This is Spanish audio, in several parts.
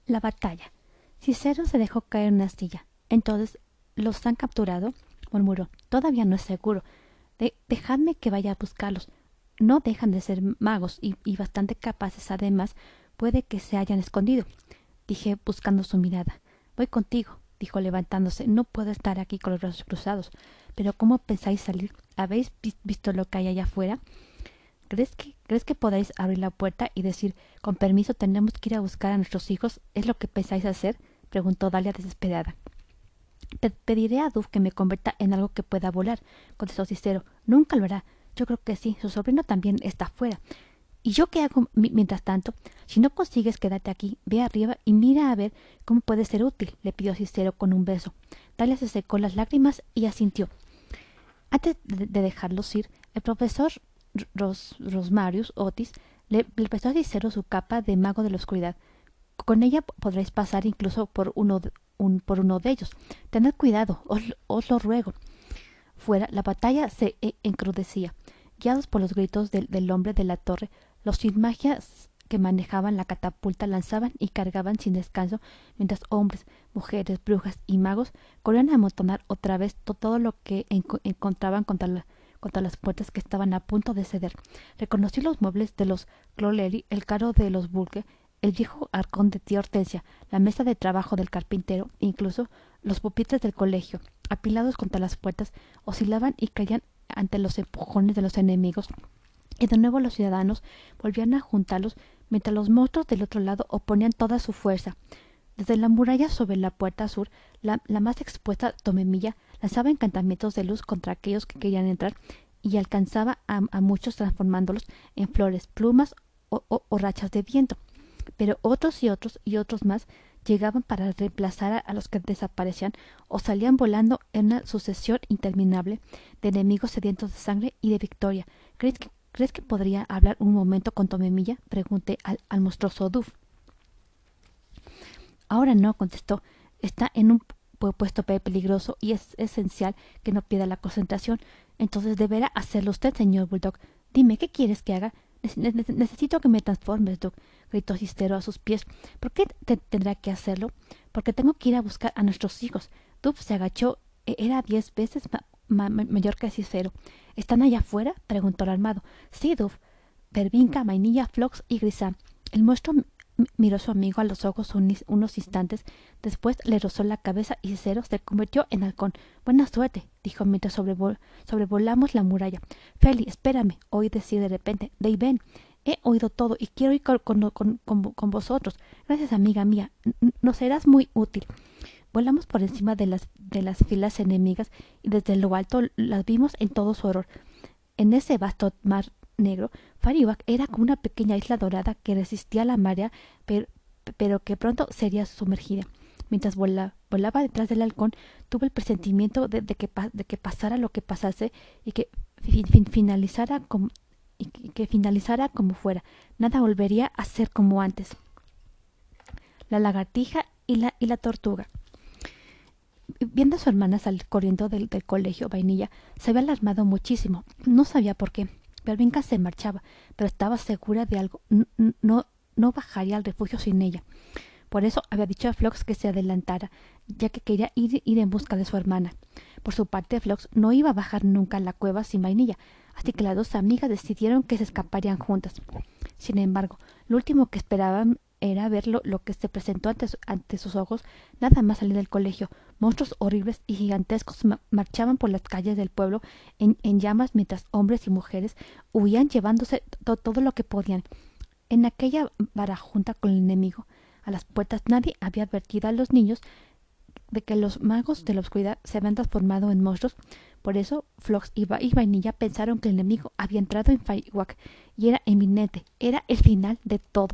La batalla. Cicero se dejó caer en una silla. Entonces, ¿los han capturado? Murmuró. Todavía no es seguro. Dejadme que vaya a buscarlos. No dejan de ser magos y bastante capaces. Además, puede que se hayan escondido. Dije, buscando su mirada. Voy contigo, dijo levantándose. No puedo estar aquí con los brazos cruzados. Pero ¿cómo pensáis salir? ¿Habéis visto lo que hay allá afuera? ¿Crees que podáis abrir la puerta y decir, con permiso, tenemos que ir a buscar a nuestros hijos? ¿Es lo que pensáis hacer? Preguntó Dalia desesperada. Pediré a Duff que me convierta en algo que pueda volar, contestó Cicero. Nunca lo hará. Yo creo que sí. Su sobrino también está fuera. ¿Y yo qué hago mientras tanto? Si no consigues quedarte aquí, ve arriba y mira a ver cómo puede ser útil, le pidió Cicero con un beso. Dalia se secó las lágrimas y asintió. Antes de dejarlos ir, el profesor Rosmarius Otis le prestó a Cicero su capa de mago de la oscuridad. Con ella podréis pasar incluso por uno de ellos. Tened cuidado, os lo ruego. Fuera, la batalla se encrudecía. Guiados por los gritos del hombre de la torre, los sin magias que manejaban la catapulta lanzaban y cargaban sin descanso, mientras hombres, mujeres, brujas y magos corrían a amontonar otra vez todo lo que encontraban contra las puertas que estaban a punto de ceder. Reconoció los muebles de los Cloleri, el carro de los Burke, el viejo arcón de tía Hortensia, la mesa de trabajo del carpintero, e incluso los pupitres del colegio, apilados contra las puertas, oscilaban y caían ante los empujones de los enemigos, y de nuevo los ciudadanos volvían a juntarlos mientras los monstruos del otro lado oponían toda su fuerza. Desde la muralla sobre la puerta sur, la más expuesta Tomemilla lanzaba encantamientos de luz contra aquellos que querían entrar y alcanzaba a muchos transformándolos en flores, plumas o rachas de viento. Pero otros y otros más llegaban para reemplazar a los que desaparecían o salían volando en una sucesión interminable de enemigos sedientos de sangre y de victoria. ¿Crees que podría hablar un momento con Tomemilla? Pregunté al monstruoso Duff. Ahora no, contestó. Está en un puesto peligroso y es esencial que no pierda la concentración. Entonces deberá hacerlo usted, señor Bulldog. Dime, ¿qué quieres que haga? Necesito que me transformes, Duck, gritó Cicero a sus pies. ¿Por qué tendrá que hacerlo? Porque tengo que ir a buscar a nuestros hijos. Duff se agachó. Era 10 veces mayor que Cicero. ¿Están allá afuera? Preguntó el armado. Sí, Duff. Verbinca, Vainilla, Flox y Grisam. El monstruo miró a su amigo a los ojos unos instantes. Después le rozó la cabeza y Cicero se convirtió en halcón. Buena suerte, dijo mientras sobrevolamos la muralla. Feli, espérame, oí decir de repente. Ven, he oído todo y quiero ir con vosotros. Gracias, amiga mía. Nos serás muy útil. Volamos por encima de las filas enemigas y desde lo alto las vimos en todo su horror. En ese vasto mar negro, Faribac era como una pequeña isla dorada que resistía la marea, pero que pronto sería sumergida. Mientras volaba detrás del halcón, tuve el presentimiento de que pasara lo que pasase y que finalizara como fuera. Nada volvería a ser como antes. La lagartija y la tortuga. Viendo a su hermana salir corriendo del colegio, Vainilla se había alarmado muchísimo. No sabía por qué. Verbinca se marchaba, pero estaba segura de algo. No bajaría al refugio sin ella. Por eso había dicho a Flox que se adelantara, ya que quería ir en busca de su hermana. Por su parte, Flox no iba a bajar nunca a la cueva sin Vainilla, así que las dos amigas decidieron que se escaparían juntas. Sin embargo, lo último que esperaban era ver lo que se presentó ante sus ojos nada más salir del colegio. Monstruos horribles y gigantescos marchaban por las calles del pueblo en llamas mientras hombres y mujeres huían llevándose todo lo que podían. En aquella barajunta con el enemigo, a las puertas, nadie había advertido a los niños de que los magos de la oscuridad se habían transformado en monstruos. Por eso Flox y Vainilla pensaron que el enemigo había entrado en Faribac y era inminente, era el final de todo.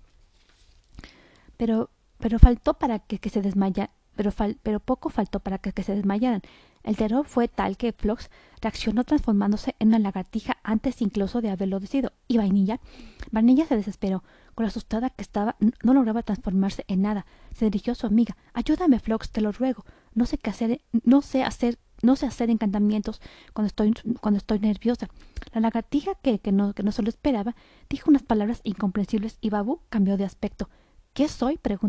Pero faltó para que se desmayara. Pero poco faltó para que se desmayaran. El terror fue tal que Flox reaccionó transformándose en una lagartija antes incluso de haberlo decidido. Y Vainilla se desesperó. Con lo asustada que estaba, no lograba transformarse en nada. Se dirigió a su amiga. Ayúdame, Flox, te lo ruego. No sé qué hacer, no sé hacer encantamientos cuando estoy nerviosa. La lagartija, que no se lo esperaba, dijo unas palabras incomprensibles y Babú cambió de aspecto. ¿Qué soy? Preguntó.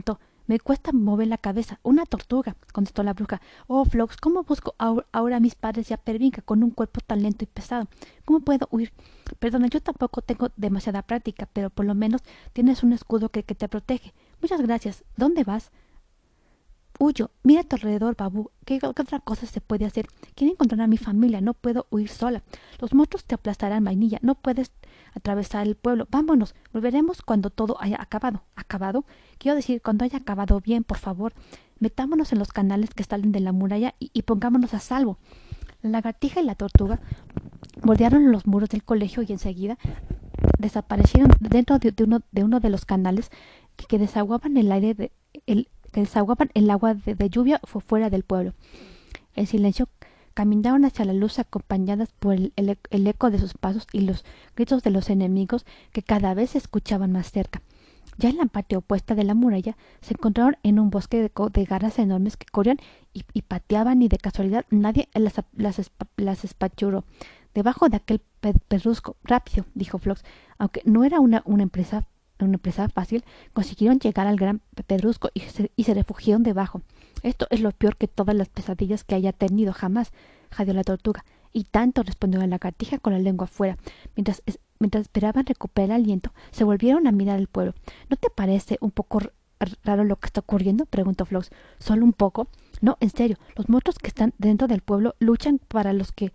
Me cuesta mover la cabeza. Una tortuga, contestó la bruja. Oh, Flox, ¿cómo busco ahora a mis padres y a Pervinca con un cuerpo tan lento y pesado? ¿Cómo puedo huir? Perdona, yo tampoco tengo demasiada práctica, pero por lo menos tienes un escudo que te protege. Muchas gracias. ¿Dónde vas? Huyo. Mira a tu alrededor, Babu. ¿Qué otra cosa se puede hacer? Quiero encontrar a mi familia. No puedo huir sola. Los monstruos te aplastarán, Vainilla. No puedes atravesar el pueblo. Vámonos. Volveremos cuando todo haya acabado. ¿Acabado? Quiero decir, cuando haya acabado bien, por favor. Metámonos en los canales que salen de la muralla y pongámonos a salvo. La lagartija y la tortuga bordearon los muros del colegio y enseguida desaparecieron dentro de uno de los canales que desaguaban que desaguaban el agua de lluvia fuera del pueblo. En silencio caminaron hacia la luz acompañadas por el eco de sus pasos y los gritos de los enemigos que cada vez se escuchaban más cerca. Ya en la parte opuesta de la muralla se encontraron en un bosque de garras enormes que corrían y pateaban y de casualidad nadie las espachurró. Debajo de aquel pedrusco, rápido, dijo Flox, aunque no era una empresa fácil, consiguieron llegar al gran pedrusco y se refugiaron debajo. Esto es lo peor que todas las pesadillas que haya tenido jamás, jadeó la tortuga. Y tanto, respondió la lagartija con la lengua afuera. Mientras esperaban recuperar el aliento, se volvieron a mirar el pueblo. ¿No te parece un poco raro lo que está ocurriendo? Preguntó Flox. ¿Solo un poco? No, en serio. Los monstruos que están dentro del pueblo luchan para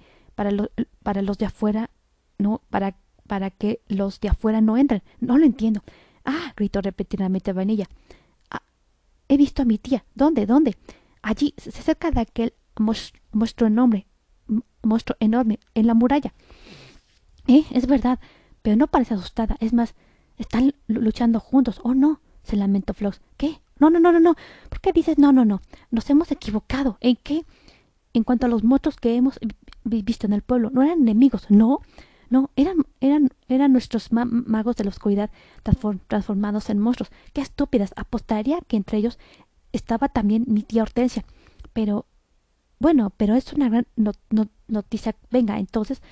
los de afuera, no, para que los de afuera no entren. No lo entiendo. Ah, gritó repetidamente Vainilla. Ah, he visto a mi tía. ¿Dónde? ¿Dónde? Allí, cerca de aquel monstruo enorme, en la muralla. Es verdad, pero no parece asustada. Es más, están luchando juntos. Oh, no, se lamentó Flox. ¿Qué? No, no, no, no, no. ¿Por qué dices no, no, no? Nos hemos equivocado. ¿En qué? En cuanto a los monstruos que hemos visto en el pueblo, no eran enemigos, no. No, eran nuestros magos de la oscuridad transformados en monstruos. ¡Qué estúpidas! Apostaría que entre ellos estaba también mi tía Hortensia. Pero, bueno, pero es una gran noticia. Venga, entonces,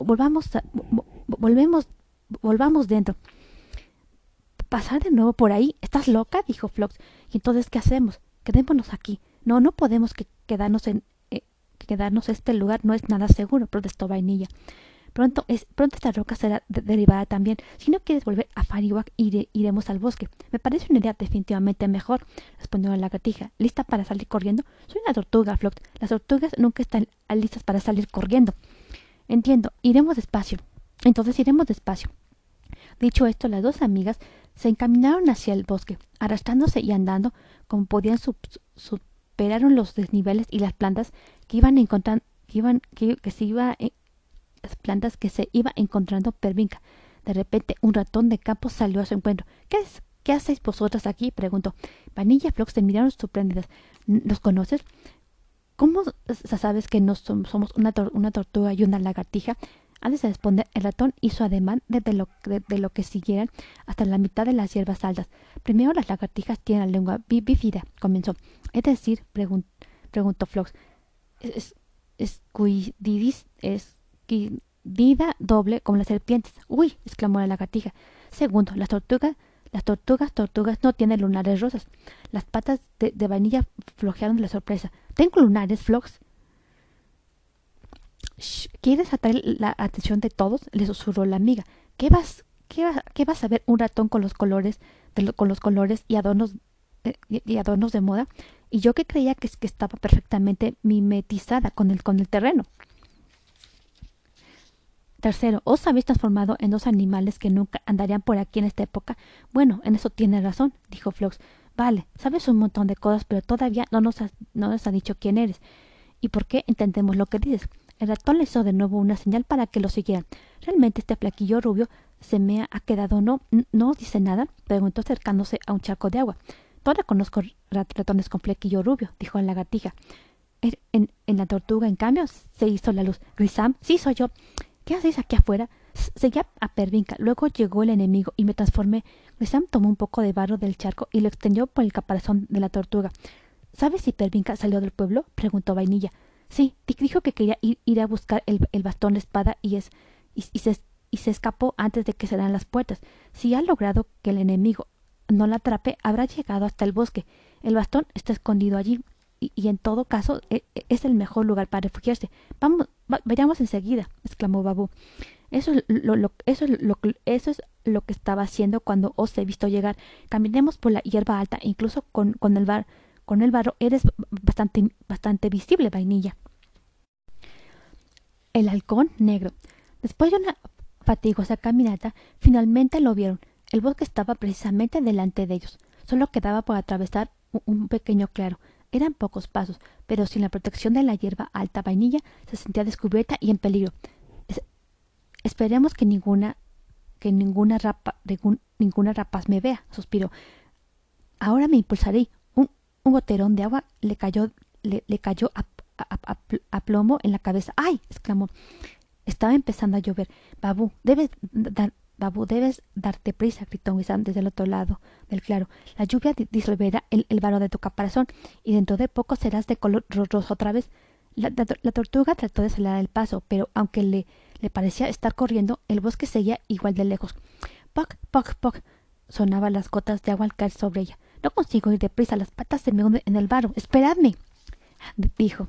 volvamos dentro. ¿Pasar de nuevo por ahí? ¿Estás loca? Dijo Flox. ¿Y entonces qué hacemos? Quedémonos aquí. No, no podemos quedarnos quedarnos. Este lugar no es nada seguro, protestó Vainilla. Pronto esta roca será derribada también. Si no quieres volver a Fariwak, iremos al bosque. Me parece una idea definitivamente mejor, respondió la lagartija. ¿Lista para salir corriendo? Soy una tortuga, Flox. Las tortugas nunca están listas para salir corriendo. Entiendo. Iremos despacio. Entonces iremos despacio. Dicho esto, las dos amigas se encaminaron hacia el bosque, arrastrándose y andando como podían. Superaron los desniveles y las plantas que iban encontrando, las plantas que se iba encontrando Pervinca. De repente, un ratón de campo salió a su encuentro. ¿Qué hacéis vosotras aquí? Preguntó. Vanilla y Flox se miraron sorprendidas. ¿Nos conoces? ¿Cómo sabes que no somos una tortuga y una lagartija? Antes de responder, el ratón hizo ademán de lo que siguieran hasta la mitad de las hierbas altas. Primero las lagartijas tienen la lengua bífida, comenzó. Es decir, preguntó Flox, esquidida doble como las serpientes. ¡Uy! Exclamó la lagartija. Segundo, las tortugas no tienen lunares rosas. Las patas de Vainilla flojearon de la sorpresa. ¿Tengo lunares, Flox? ¿Quieres atraer la atención de todos? Le susurró la amiga. ¿Qué vas a ver un ratón con los colores y adornos de moda? Y yo que creía que estaba perfectamente mimetizada con el terreno. Tercero, ¿os habéis transformado en dos animales que nunca andarían por aquí en esta época? Bueno, en eso tiene razón, dijo Flox. Vale, sabes un montón de cosas, pero todavía no nos ha dicho quién eres. ¿Y por qué entendemos lo que dices? El ratón le hizo de nuevo una señal para que lo siguieran. ¿Realmente este flaquillo rubio se me ha quedado? ¿No os dice nada? Preguntó acercándose a un charco de agua. Todavía conozco ratones con flequillo rubio, dijo la lagartija. En la tortuga, en cambio, se hizo la luz. Grisam, sí soy yo. ¿Qué hacéis aquí afuera? Seguía a Pervinca. Luego llegó el enemigo y me transformé. Grisam tomó un poco de barro del charco y lo extendió por el caparazón de la tortuga. ¿Sabes si Pervinca salió del pueblo? Preguntó Vainilla. Sí, dijo que quería ir a buscar el bastón de espada y se escapó antes de que cerraran las puertas. Si ha logrado que el enemigo no la atrape, habrá llegado hasta el bosque. El bastón está escondido allí y en todo caso es el mejor lugar para refugiarse. Vamos, vayamos enseguida, exclamó Babú. Eso es lo que estaba haciendo cuando os he visto llegar. Caminemos por la hierba alta, incluso con el barro eres bastante visible, Vainilla. El halcón negro. Después de una fatigosa caminata, finalmente lo vieron. El bosque estaba precisamente delante de ellos. Solo quedaba por atravesar un pequeño claro. Eran pocos pasos, pero sin la protección de la hierba alta, Vainilla se sentía descubierta y en peligro. Esperemos que ninguna rapaz me vea, suspiró. Ahora me impulsaré. Un goterón de agua le cayó a plomo en la cabeza. ¡Ay! Exclamó. Estaba empezando a llover. Babú, debes darte prisa, gritó Wissam desde el otro lado del claro. La lluvia disolverá el varo de tu caparazón y dentro de poco serás de color rojo otra vez. La tortuga trató de acelerar el paso, pero aunque le parecía estar corriendo, el bosque seguía igual de lejos. ¡Poc, poc, poc! Sonaban las gotas de agua al caer sobre ella. No consigo ir deprisa, las patas se me hunden en el barro. ¡Esperadme!, dijo.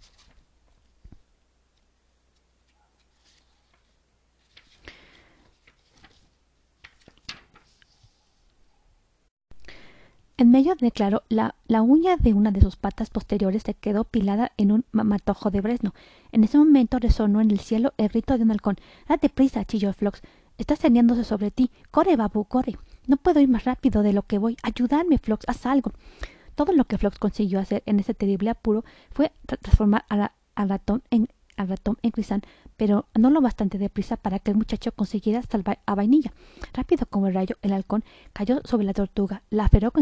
En medio del claro, la uña de una de sus patas posteriores se quedó pilada en un matojo de fresno. En ese momento resonó en el cielo el grito de un halcón. ¡Date prisa!, chilló Flox. Está cerniéndose sobre ti. ¡Corre, Babú, corre! No puedo ir más rápido de lo que voy. ¡Ayudadme, Flox! ¡Haz algo! Todo lo que Flox consiguió hacer en ese terrible apuro fue transformar al ratón en Grisán, pero no lo bastante deprisa para que el muchacho consiguiera salvar a Vainilla. Rápido como el rayo, el halcón cayó sobre la tortuga, la aferró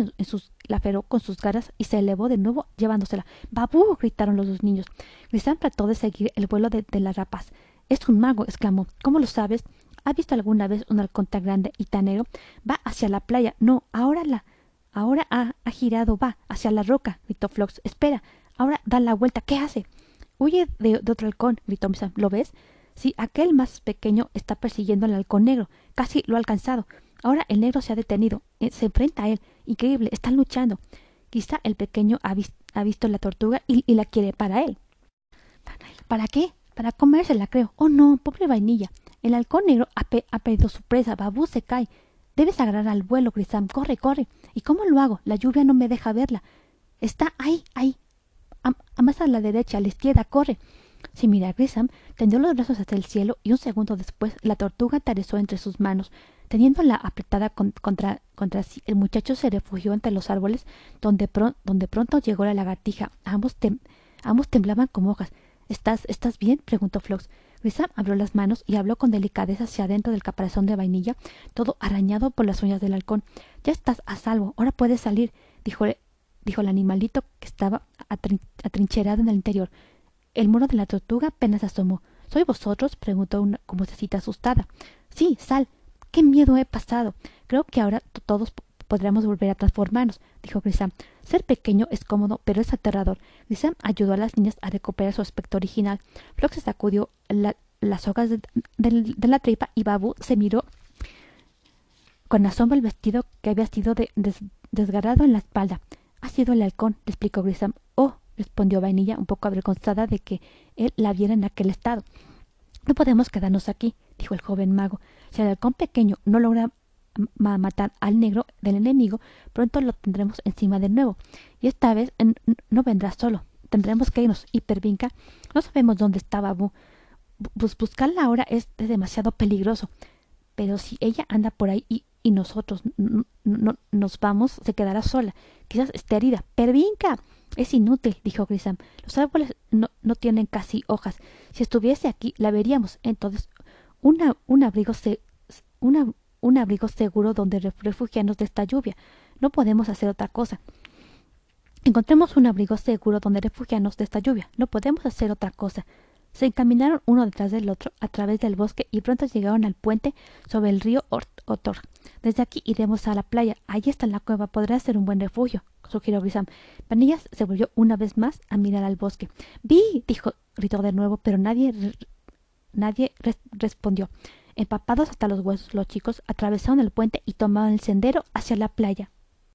con sus garras y se elevó de nuevo llevándosela. ¡Babú!, gritaron los dos niños. Grisán trató de seguir el vuelo de la rapaz. «Es un mago», exclamó. «¿Cómo lo sabes? ¿Has visto alguna vez un halcón tan grande y tan negro? Va hacia la playa. No, ahora ha girado, va hacia la roca», gritó Flox. «Espera, ahora da la vuelta. ¿Qué hace?» «Huye de otro halcón», gritó Misa. «¿Lo ves? Sí, aquel más pequeño está persiguiendo al halcón negro. Casi lo ha alcanzado. Ahora el negro se ha detenido. Se enfrenta a él. Increíble, están luchando. Quizá el pequeño ha visto la tortuga y la quiere para él». «¿Para qué?» «Para comérsela, creo». «Oh, no, pobre Vainilla. El halcón negro ha perdido su presa. Babú se cae. Debes agarrar al vuelo, Grisam. Corre, corre». «¿Y cómo lo hago? La lluvia no me deja verla». «Está ahí. Más a la derecha, a la izquierda, corre». Sin mirar, Grisam tendió los brazos hacia el cielo y un segundo después la tortuga aterrizó entre sus manos. Teniéndola apretada contra sí, el muchacho se refugió entre los árboles donde pronto llegó la lagartija. Ambos temblaban como hojas. ¿Estás bien?, preguntó Flox. Grisam abrió las manos y habló con delicadeza hacia adentro del caparazón de Vainilla, todo arañado por las uñas del halcón. «Ya estás a salvo. Ahora puedes salir», dijo el animalito que estaba atrincherado en el interior. El mono de la tortuga apenas asomó. «¿Sois vosotros?», preguntó con vocecita asustada. «Sí, sal. ¡Qué miedo he pasado! Creo que ahora todos podremos volver a transformarnos», dijo Grisam. «Ser pequeño es cómodo, pero es aterrador». Grisam ayudó a las niñas a recuperar su aspecto original. Flox se sacudió las hojas de la tripa y Babú se miró con asombro el vestido que había sido desgarrado en la espalda. «Ha sido el halcón», le explicó Grisam. «Oh», respondió Vainilla, un poco avergonzada de que él la viera en aquel estado. «No podemos quedarnos aquí», dijo el joven mago. «Si el halcón pequeño no logra matar al negro del enemigo, pronto lo tendremos encima de nuevo. Y esta vez no vendrá solo. Tendremos que irnos. Y Pervinca, no sabemos dónde está Babú. Buscarla ahora es demasiado peligroso. Pero si ella anda por ahí y nosotros no nos vamos, se quedará sola. Quizás esté herida. ¡Pervinca!». «Es inútil», dijo Grisam. «Los árboles no tienen casi hojas. Si estuviese aquí, la veríamos. Entonces, un abrigo seguro donde refugiarnos de esta lluvia. No podemos hacer otra cosa. Encontremos un abrigo seguro donde refugiarnos de esta lluvia. No podemos hacer otra cosa». Se encaminaron uno detrás del otro a través del bosque y pronto llegaron al puente sobre el río Otor. «Desde aquí iremos a la playa. Allí está la cueva. Podrá ser un buen refugio», sugirió Grisam. Vanillas se volvió una vez más a mirar al bosque. «¡Vi!», gritó de nuevo, pero nadie respondió. Empapados hasta los huesos, los chicos atravesaron el puente y tomaron el sendero hacia la playa.